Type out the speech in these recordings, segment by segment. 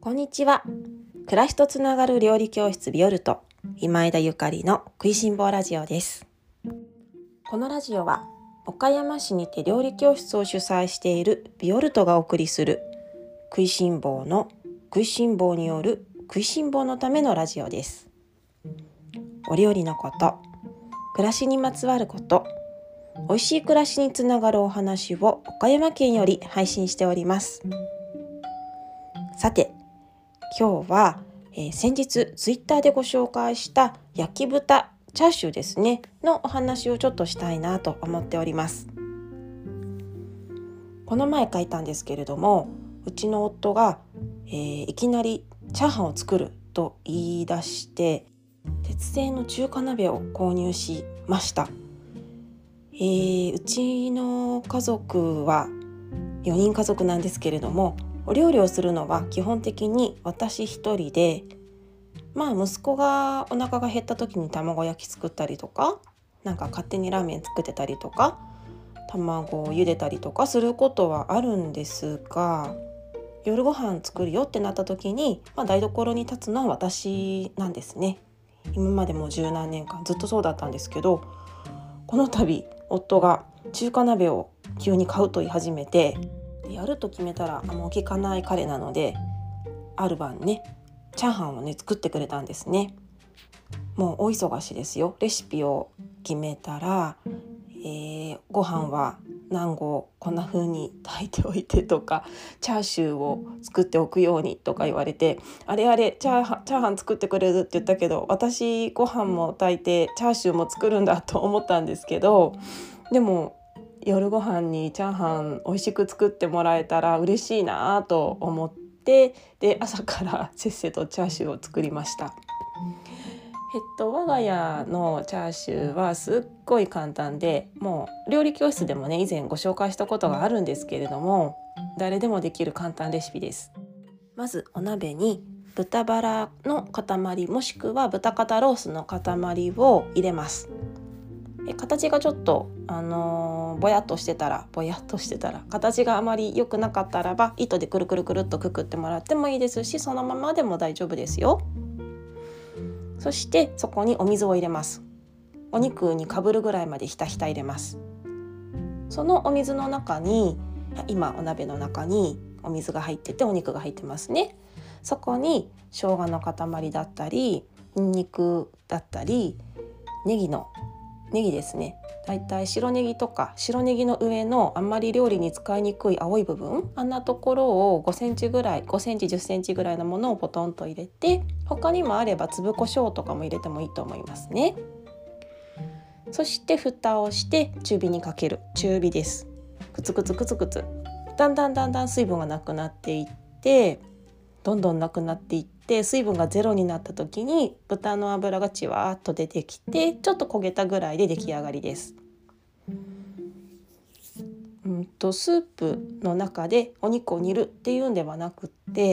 こんにちは。暮らしとつながる料理教室ビオルト今枝ゆかりの食いしん坊ラジオです。このラジオは岡山市にて料理教室を主催しているビオルトがお送りする食いしん坊の食いしん坊による食いしん坊のためのラジオです。お料理のこと、暮らしにまつわること、美味しい暮らしにつながるお話を岡山県より配信しております。さて、今日は、先日ツイッターでご紹介した焼き豚チャーシューですねのお話をちょっとしたいなと思っております。この前書いたんですけれども、うちの夫が、いきなりチャーハンを作ると言い出して鉄製の中華鍋を購入しました。うちの家族は4人家族なんですけれども、お料理をするのは基本的に私一人で、息子がお腹が減った時に卵焼き作ったりとか、勝手にラーメン作ってたりとか、卵を茹でたりとかすることはあるんですが、夜ご飯作るよってなった時に、台所に立つのは私なんですね。今までも十何年間ずっとそうだったんですけど、この度夫が中華鍋を急に買うと言い始めて、やると決めたらもう聞かない彼なので、ある晩ねチャーハンを作ってくれたんですね。もう大忙しですよ。レシピを決めたら、ご飯は何合こんな風に炊いておいてとか、チャーシューを作っておくようにとか言われて、あれチャーハン作ってくれるって言ったけど、私ご飯も炊いてチャーシューも作るんだと思ったんですけど、でも夜ご飯にチャーハン美味しく作ってもらえたら嬉しいなと思って、で朝からせっせとチャーシューを作りました。我が家のチャーシューはすっごい簡単で、もう料理教室でもね以前ご紹介したことがあるんですけれども、誰でもできる簡単レシピです。まずお鍋に豚バラの塊もしくは豚肩ロースの塊を入れます。形がちょっと、ぼやっとしてたら形があまり良くなかったらば糸でくるくるくるっとくくってもらってもいいですし、そのままでも大丈夫ですよ。そしてそこにお水を入れます。お肉にかぶるぐらいまでひたひた入れます。そのお水の中に、今お鍋の中にお水が入っててお肉が入ってますね。そこに生姜の塊だったりニンニクだったりネギですね。だいたい白ネギとか白ネギの上のあんまり料理に使いにくい青い部分、あんなところを5センチぐらい5センチ10センチぐらいのものをポトンと入れて、他にもあれば粒胡椒とかも入れてもいいと思いますね。そして蓋をして中火にかける。中火です。クツクツクツクツ、だんだん水分がなくなっていって、どんどんなくなっていって、水分がゼロになった時に豚の脂がちわーっと出てきて、ちょっと焦げたぐらいで出来上がりです。スープの中でお肉を煮るっていうんではなくって、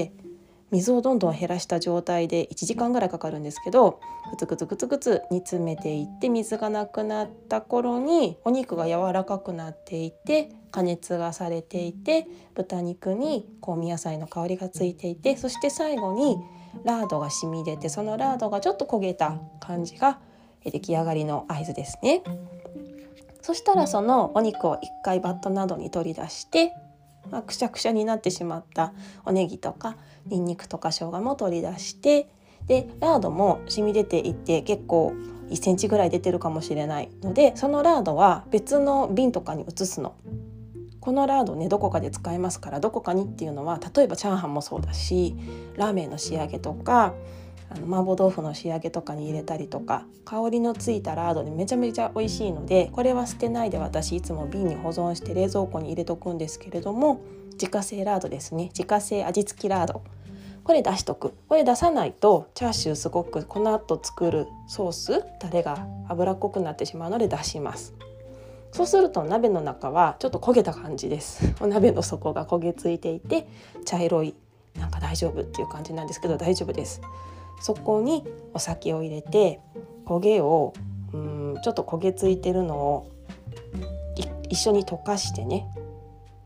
水をどんどん減らした状態で1時間ぐらいかかるんですけど、グツグツグツグツ煮詰めていって、水がなくなった頃にお肉が柔らかくなっていて加熱がされていて、豚肉に香味野菜の香りがついていて、そして最後にラードが染み出て、そのラードがちょっと焦げた感じが出来上がりの合図ですね。そしたらそのお肉を一回バットなどに取り出して、くしゃくしゃになってしまったおネギとかニンニクとか生姜も取り出して、でラードも染み出ていって結構1センチぐらい出てるかもしれないので、そのラードは別の瓶とかに移すの。このラードねどこかで使えますから、どこかにっていうのは例えばチャーハンもそうだし、ラーメンの仕上げとか麻婆豆腐の仕上げとかに入れたりとか、香りのついたラードでめちゃめちゃ美味しいので、これは捨てないで私いつも瓶に保存して冷蔵庫に入れとくんですけれども、自家製ラードですね。自家製味付きラード、これ出しとく。これ出さないとチャーシューすごくこの後作るソースタレが脂っこくなってしまうので出します。そうすると鍋の中はちょっと焦げた感じです。お鍋の底が焦げついていて茶色い、大丈夫っていう感じなんですけど、大丈夫です。そこにお酒を入れて、焦げをちょっと焦げついてるのを一緒に溶かしてね、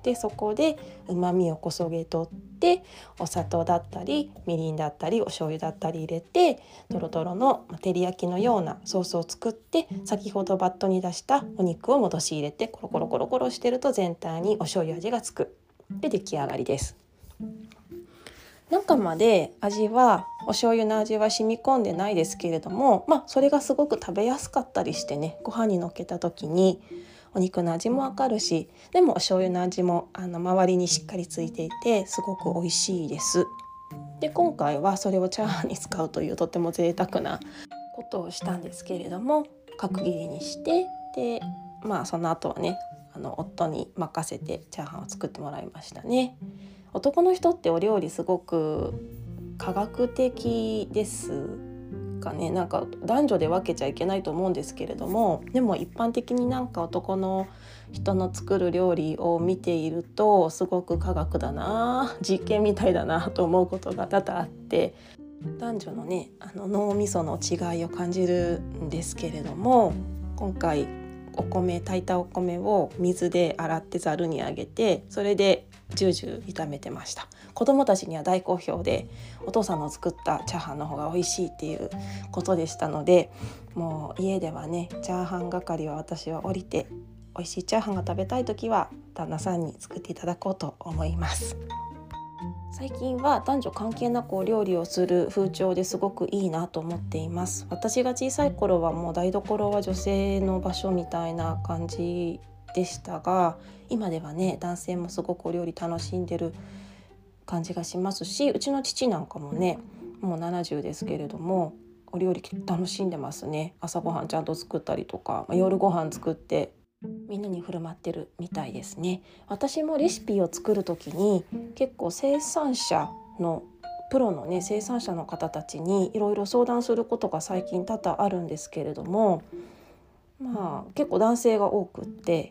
でそこでうまみをこそげ取ってお砂糖だったりみりんだったりお醤油だったり入れてトロトロの照り焼きのようなソースを作って、先ほどバットに出したお肉を戻し入れてコロコロコロコロしてると全体にお醤油味がつく。で出来上がりです。中まで味はお醤油の味は染み込んでないですけれども、それがすごく食べやすかったりしてね、ご飯にのっけた時にお肉の味もわかるし、でもお醤油の味も周りにしっかりついていてすごく美味しいです。で今回はそれをチャーハンに使うというとても贅沢なことをしたんですけれども、角切りにして、でその後はね夫に任せてチャーハンを作ってもらいましたね。男の人ってお料理すごく科学的ですかね。なんか男女で分けちゃいけないと思うんですけれども、でも一般的になんか男の人の作る料理を見ているとすごく科学だな、実験みたいだなと思うことが多々あって、男女のね脳みその違いを感じるんですけれども、今回炊いたお米を水で洗ってざるにあげて、それでジュージュー炒めてました。子供たちには大好評で、お父さんの作ったチャーハンの方が美味しいっていうことでしたので、もう家ではねチャーハン係は私は降りて、美味しいチャーハンが食べたい時は旦那さんに作っていただこうと思います。最近は男女関係なくお料理をする風潮ですごくいいなと思っています。私が小さい頃はもう台所は女性の場所みたいな感じでしたが、今ではね男性もすごくお料理楽しんでる感じがしますし、うちの父なんかもねもう70ですけれどもお料理楽しんでますね。朝ごはんちゃんと作ったりとか、夜ご飯作ってみんなに振る舞ってるみたいですね。私もレシピを作る時に結構生産者のプロのね生産者の方たちにいろいろ相談することが最近多々あるんですけれども、結構男性が多くって、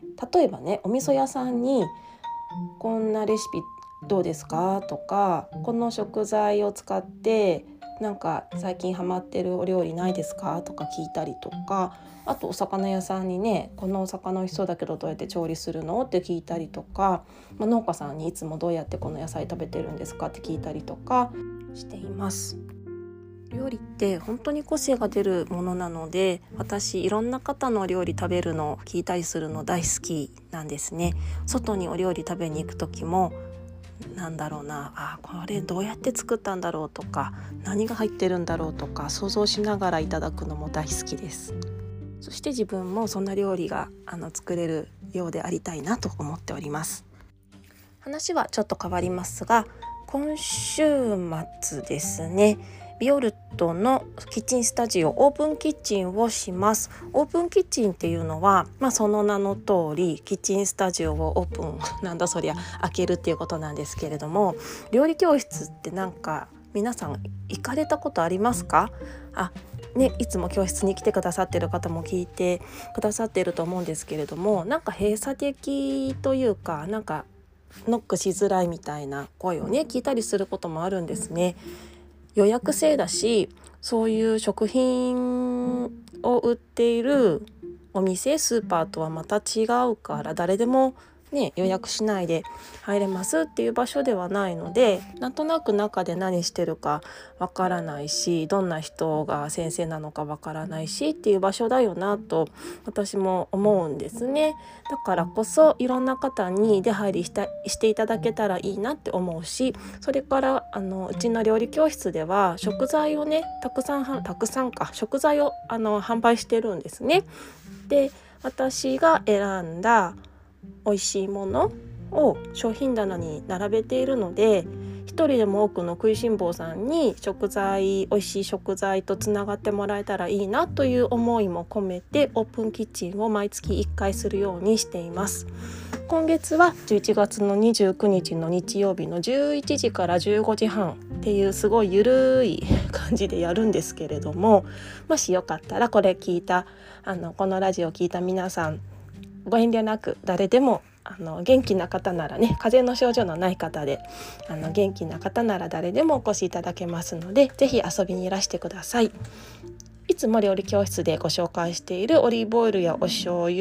例えばねお味噌屋さんにこんなレシピどうですかとか、この食材を使ってなんか最近ハマってるお料理ないですかとか聞いたりとか、あとお魚屋さんにねこのお魚美味しそうだけどどうやって調理するのって聞いたりとか、農家さんにいつもどうやってこの野菜食べてるんですかって聞いたりとかしています。料理って本当に個性が出るものなので、私いろんな方のお料理食べるの聞いたりするの大好きなんですね。外にお料理食べに行く時もこれどうやって作ったんだろうとか、何が入ってるんだろうとか想像しながらいただくのも大好きです。そして自分もそんな料理が作れるようでありたいなと思っております。話はちょっと変わりますが、今週末ですね、ビオルトのキッチンスタジオオープンキッチンをします。オープンキッチンっていうのは、その名の通りキッチンスタジオをオープン開けるっていうことなんですけれども、料理教室ってなんか皆さん行かれたことありますか？いつも教室に来てくださってる方も聞いてくださってると思うんですけれども、なんか閉鎖的というか、なんかノックしづらいみたいな声をね聞いたりすることもあるんですね。予約制だし、そういう食品を売っているお店、スーパーとはまた違うから、誰でもね予約しないで入れますっていう場所ではないので、なんとなく中で何してるかわからないし、どんな人が先生なのかわからないしっていう場所だよなと私も思うんですね。だからこそいろんな方に出入りしていただけたらいいなって思うし、それからうちの料理教室では食材をね食材を販売してるんですね。で、私が選んだ美味しいものを商品棚に並べているので、一人でも多くの食いしん坊さんに美味しい食材とつながってもらえたらいいなという思いも込めて、オープンキッチンを毎月1回するようにしています。今月は11月の29日の日曜日の11時から15時半っていうすごいゆるい感じでやるんですけれども、もしよかったらこれ聞いたこのラジオを聞いた皆さん、ご遠慮なく誰でも元気な方ならね、風邪の症状のない方で元気な方なら誰でもお越しいただけますので、ぜひ遊びにいらしてください。いつも料理教室でご紹介しているオリーブオイルやお醤油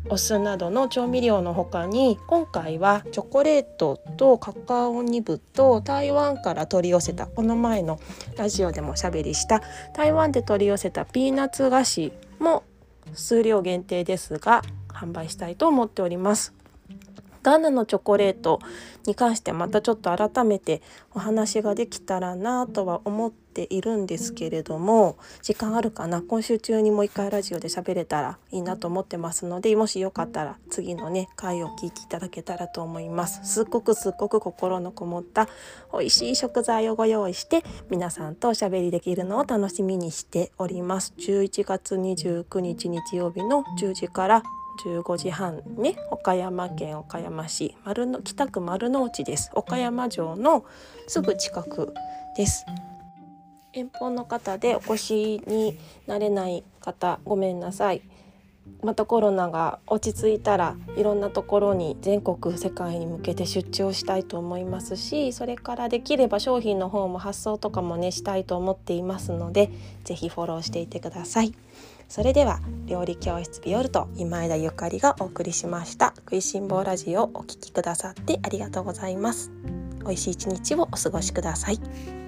お酢などの調味料の他に、今回はチョコレートとカカオニブと台湾から取り寄せた、この前のラジオでもおしゃべりした台湾で取り寄せたピーナッツ菓子も数量限定ですが販売したいと思っております。ガーナのチョコレートに関してまたちょっと改めてお話ができたらなとは思っているんですけれども、時間あるかな、今週中にもう一回ラジオで喋れたらいいなと思ってますので、もしよかったら次のね回を聞いていただけたらと思います。すっごく心のこもった美味しい食材をご用意して皆さんとおしゃべりできるのを楽しみにしております。11月29日日曜日の10時から15時半ね、岡山県岡山市北区丸の内です。岡山城のすぐ近くです。遠方の方でお越しになれない方ごめんなさい。またコロナが落ち着いたらいろんなところに全国世界に向けて出張したいと思いますし、それからできれば商品の方も発送とかもねしたいと思っていますので、ぜひフォローしていてください。それでは料理教室ビオルト今枝ゆかりがお送りしました食いしん坊ラジオをお聞きくださってありがとうございます。美味しい一日をお過ごしください。